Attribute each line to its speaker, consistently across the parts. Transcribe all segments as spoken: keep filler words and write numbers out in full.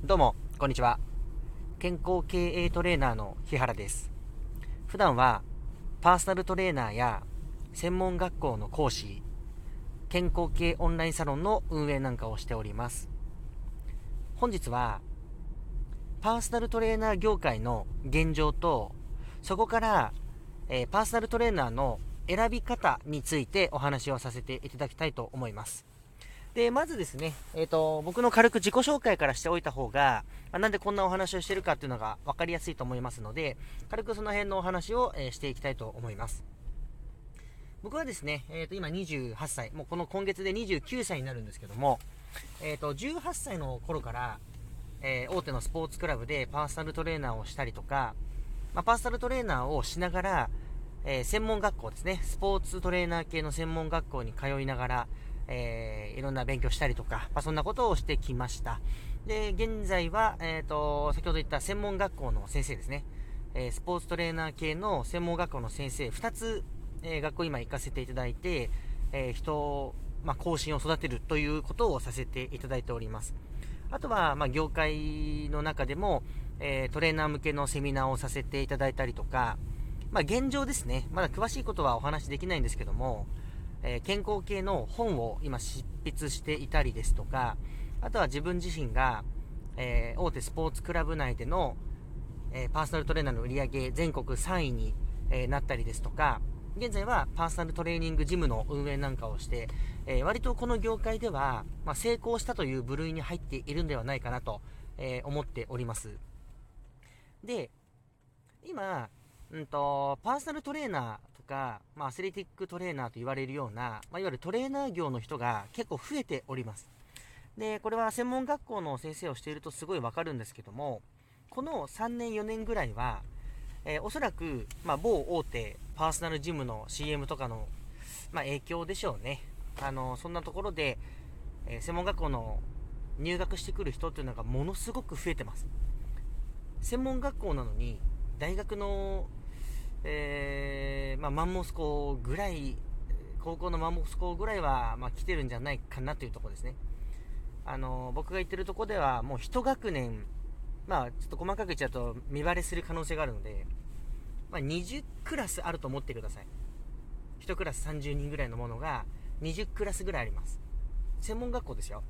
Speaker 1: どうもこんにちは。健康経営トレーナーの日原です。普段はパーソナルトレーナーや専門学校の講師、健康系オンラインサロンの運営なんかをしております。本日はパーソナルトレーナー業界の現状と、そこから、えーパーソナルトレーナーの選び方についてお話をさせていただきたいと思います。で、まずですね、えっと、僕の軽く自己紹介からしておいた方が、まあなんでこんなお話をしているかっていうのが分かりやすいと思いますので、軽くその辺のお話を、えーしていきたいと思います。僕はですね、えっと、今にじゅうはっさい、もうこの今月でにじゅうきゅうさいになるんですけども、えっと、じゅうはっさいの頃から、えー大手のスポーツクラブでパーソナルトレーナーをしたりとか、まあ、パーソナルトレーナーをしながら、えー専門学校ですね、スポーツトレーナー系の専門学校に通いながら、えーいろんな勉強したりとか、まあ、そんなことをしてきました。で、現在は、えーと、先ほど言った専門学校の先生ですね、えースポーツトレーナー系の専門学校の先生ふたつ、えー学校今行かせていただいて、えー人を、まあ、後進を育てるということをさせていただいております。あとは、まあ、業界の中でも、えートレーナー向けのセミナーをさせていただいたりとか、まあ、現状ですね、まだ詳しいことはお話しできないんですけども、えー健康系の本を今執筆していたりですとか、あとは自分自身が、えー大手スポーツクラブ内での、えーパーソナルトレーナーの売り上げ全国さんいに、えーなったりですとか、現在はパーソナルトレーニングジムの運営なんかをして、えー割とこの業界では、まあ、成功したという部類に入っているんではないかなと、えー思っております。で、今、うんと、パーソナルトレーナーとか、まあ、アスレティックトレーナーと言われるような、まあ、いわゆるトレーナー業の人が結構増えております。で、これは専門学校の先生をしているとすごいわかるんですけども、このさんねんよねんぐらいは、えーおそらく、まあ、某大手パーソナルジムの シーエム とかの、まあ、影響でしょうね。あのそんなところで、えー専門学校の入学してくる人っていうのがものすごく増えてます。専門学校なのに大学の、えーまあ、マンモス校ぐらい、高校のマンモス校ぐらいは、まあ、来てるんじゃないかなというところですね。あの僕が行ってるところではもう一学年、まあちょっと細かく言っちゃうと見バレする可能性があるので、まあ、にじゅうクラスあると思ってください。いちクラスさんじゅうにんぐらいのものがにじゅうクラスぐらいあります。専門学校ですよ。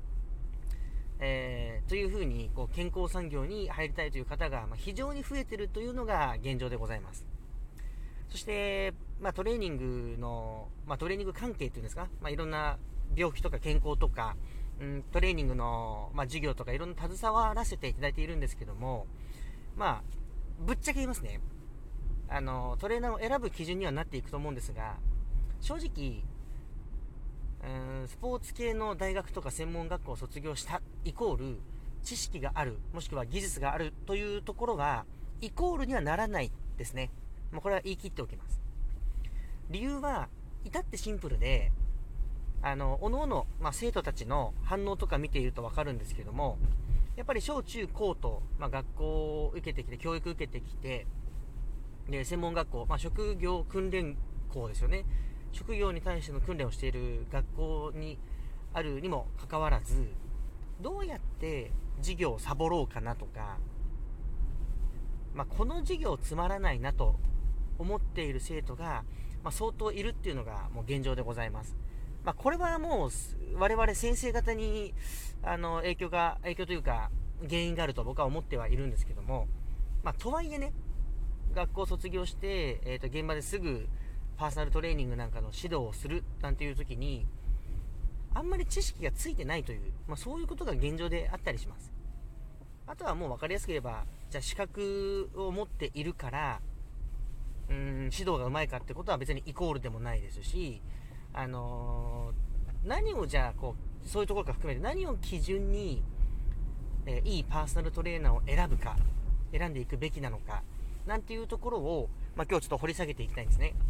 Speaker 1: えーというふうにこう健康産業に入りたいという方が、まあ、非常に増えているというのが現状でございます。そして、まあ、トレーニングの、まあ、トレーニング関係というんですか、まあ、いろんな病気とか健康とか、うん、トレーニングの、まあ、授業とかいろんな携わらせていただいているんですけども、まあ、ぶっちゃけ言いますね。あの、トレーナーを選ぶ基準にはなっていくと思うんですが、正直、うん、スポーツ系の大学とか専門学校を卒業したイコール知識がある、もしくは技術があるというところはイコールにはならないですね。もうこれは言い切っておきます。理由は至ってシンプルで、あのおのおの、まあ、生徒たちの反応とか見ていると分かるんですけども、やっぱり小中高と、まあ、学校を受けてきて教育受けてきて、で専門学校、まあ、職業訓練校ですよね。職業に対しての訓練をしている学校にあるにもかかわらず、どうやって授業をサボろうかなとか、まあ、この授業つまらないなと思っている生徒が、まあ、相当いるっていうのがもう現状でございます。まあ、これはもう我々先生方にあの影響が影響というか原因があると僕は思ってはいるんですけども、まあ、とはいえね、学校を卒業して、えー、と現場ですぐパーソナルトレーニングなんかの指導をするなんていう時にあんまり知識がついてないという、まあ、そういうことが現状であったりします。あとはもう分かりやすく言えば、じゃあ資格を持っているからうーん指導がうまいかってことは別にイコールでもないですし、あのー何をじゃあこうそういうところから含めて何を基準に、えーいいパーソナルトレーナーを選ぶか、選んでいくべきなのかなんていうところを、まあ、今日ちょっと掘り下げていきたいんですね。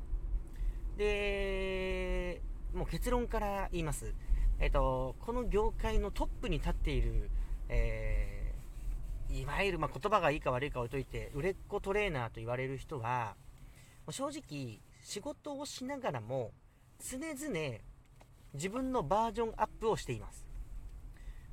Speaker 1: で、もう結論から言います。えっと、この業界のトップに立っている、えーいわゆる、まあ、言葉がいいか悪いか置いといて、売れっ子トレーナーと言われる人は、正直、仕事をしながらも、常々自分のバージョンアップをしています。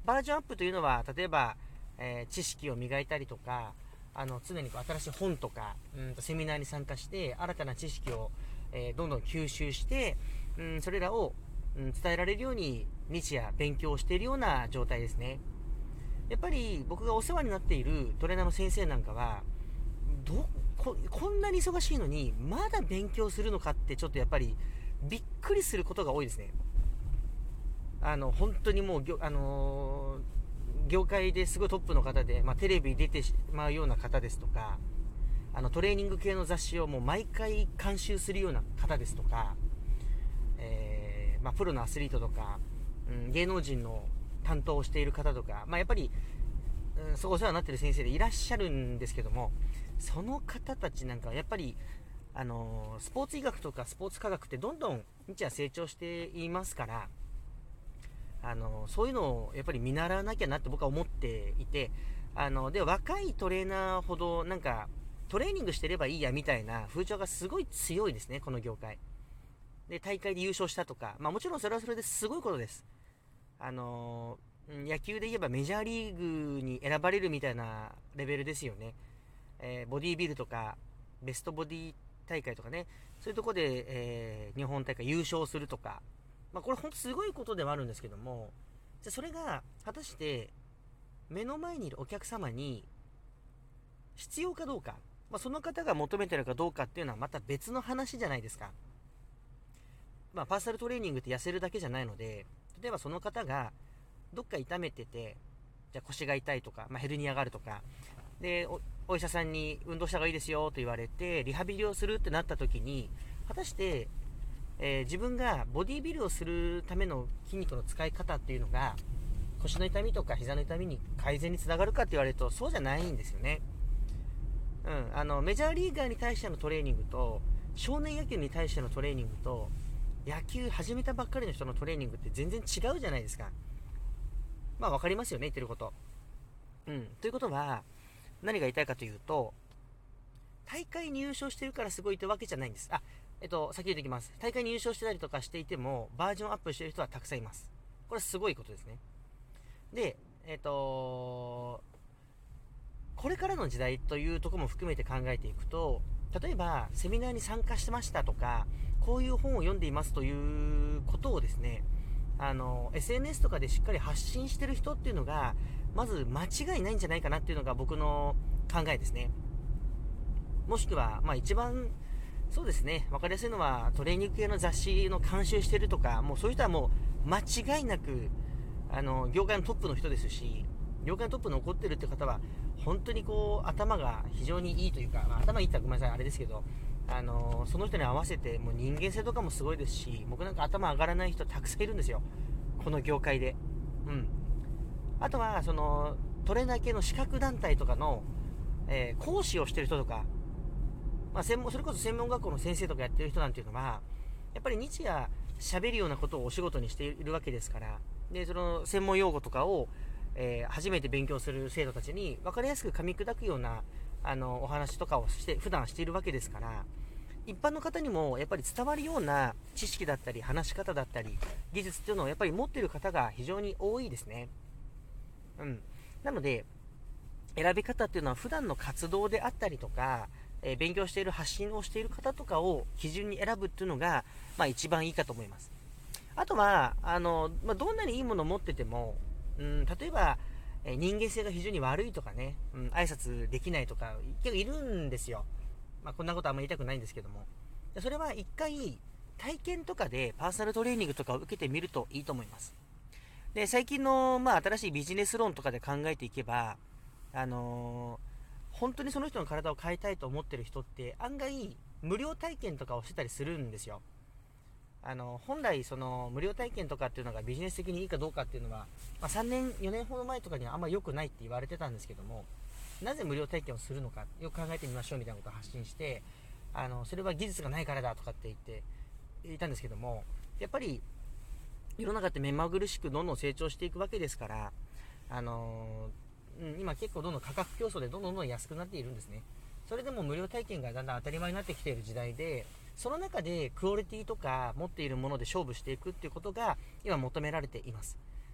Speaker 1: バージョンアップというのは、例えば、えー、知識を磨いたりとか、あの常にこう新しい本とか、うんとセミナーに参加して新たな知識を、えー、どんどん吸収して、うん、それらを、うん、伝えられるように日夜勉強しているような状態ですね。やっぱり僕がお世話になっているトレーナーの先生なんかはど こ, こんなに忙しいのにまだ勉強するのかってちょっとやっぱりびっくりすることが多いですね。あの本当にもう、あのー、業界ですごいトップの方で、まあ、テレビに出てしまうような方ですとか、あのトレーニング系の雑誌をもう毎回監修するような方ですとか、えーまあ、プロのアスリートとか、うん、芸能人の担当をしている方とか、まあ、やっぱり、うん、そうお世話になっている先生でいらっしゃるんですけども、その方たちなんかはやっぱり、あのー、スポーツ医学とかスポーツ科学ってどんどん日夜成長していますから、あのー、そういうのをやっぱり見習わなきゃなって僕は思っていて、あのー、で若いトレーナーほどなんかトレーニングしてればいいやみたいな風潮がすごい強いですね、この業界で。大会で優勝したとか、まあ、もちろんそれはそれですごいことです。あのー、野球で言えばメジャーリーグに選ばれるみたいなレベルですよね。えー、ボディービルとかベストボディ大会とかね、そういうところで、えー、日本大会優勝するとか、まあ、これ本当すごいことではあるんですけども、じゃそれが果たして目の前にいるお客様に必要かどうか、まあ、その方が求めてるかどうかっていうのはまた別の話じゃないですか。まあ、パーソナルトレーニングって痩せるだけじゃないので、例えばその方がどっか痛めてて、じゃあ腰が痛いとか、まあ、ヘルニアがあるとかで お, お医者さんに運動した方がいいですよと言われてリハビリをするってなった時に、果たして、えー、自分がボディビルをするための筋肉の使い方っていうのが腰の痛みとか膝の痛みに改善につながるかって言われるとそうじゃないんですよね。うん、あのメジャーリーガーに対してのトレーニングと少年野球に対してのトレーニングと野球始めたばっかりの人のトレーニングって全然違うじゃないですか。まあ分かりますよね、言ってること。うん、ということは何が言いたいかというと、大会に優勝してるからすごいってわけじゃないんです。あ、えっと先言っておきます。大会に優勝してたりとかしていてもバージョンアップしてる人はたくさんいます。これはすごいことですね。で、えっとこれからの時代というところも含めて考えていくと、例えばセミナーに参加してましたとか、こういう本を読んでいますということをですね、あの エスエヌエス とかでしっかり発信してる人っていうのがまず間違いないんじゃないかなっていうのが僕の考えですね。もしくは、まあ、一番そうですね、分かりやすいのはトレーニング系の雑誌の監修してるとか、もうそういう人はもう間違いなくあの業界のトップの人ですし、業界のトップに残ってるって方は本当にこう頭が非常にいいというか、まあ、頭いいってごめんなさいあれですけど、あのその人に合わせてもう人間性とかもすごいですし、僕なんか頭上がらない人たくさんいるんですよ、この業界で。うん。あとはそのトレーナー系の資格団体とかの、えー講師をしてる人とか、まあ、専門それこそ専門学校の先生とかやってる人なんていうのはやっぱり日夜喋るようなことをお仕事にしているわけですから、でその専門用語とかを、えー初めて勉強する生徒たちに分かりやすく噛み砕くようなあのお話とかをして普段しているわけですから、一般の方にもやっぱり伝わるような知識だったり話し方だったり技術っていうのをやっぱり持っている方が非常に多いですね。うん。なので選び方っていうのは普段の活動であったりとか、えー勉強している発信をしている方とかを基準に選ぶっていうのが、まあ、一番いいかと思います。あとはあの、まあ、どんなにいいものを持ってても、うん、例えば、えー人間性が非常に悪いとかね、うん、挨拶できないとか結構いるんですよ。まあ、こんなことあんまり言いたくないんですけども、それは一回体験とかでパーソナルトレーニングとかを受けてみるといいと思います。で最近の、まあ、新しいビジネス論とかで考えていけば、あのー本当にその人の体を変えたいと思ってる人って案外無料体験とかをしてたりするんですよ。あの本来その無料体験とかっていうのがビジネス的にいいかどうかっていうのは、まあ、さんねんよねんほど前とかにはあんまり良くないって言われてたんですけども、なぜ無料体験をするのかよく考えてみましょうみたいなことを発信して、あのそれは技術がないからだとかって言っていたんですけども、やっぱり世の中って目まぐるしくどんどん成長していくわけですから、あのーうん、今結構どんどん価格競争でどんどんどん安くなっているんですね。それでも無料体験がだんだん当たり前になってきている時代で、その中でクオリティとか持っているもので勝負していくっていうことが今求められています。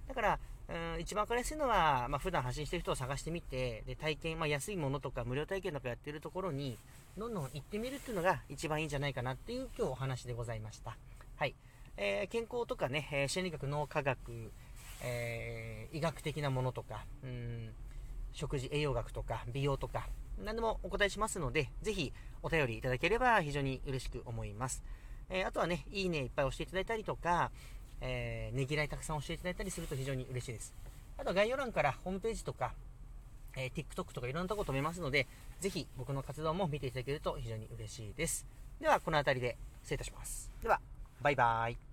Speaker 1: だから、うん、一番わかりやすいのは、まあ、普段発信してる人を探してみて、で、体験、まあ、安いものとか無料体験とかやってるところに、どんどん行ってみるっていうのが一番いいんじゃないかなっていう今日お話でございました。はい。えー、健康とかね、えー、心理学、脳科学、えー、医学的なものとか、うん、食事、栄養学とか、美容とか、何でもお答えしますので、ぜひお便りいただければ非常に嬉しく思います。えー、あとはね、いいねいっぱい押していただいたりとか、えー、ねぎらいたくさん押していただいたりすると非常に嬉しいです。あとは概要欄からホームページとか、えー、TikTok とかいろんなところ止めますので、ぜひ僕の活動も見ていただけると非常に嬉しいです。では、この辺りで失礼いたします。では、バイバーイ。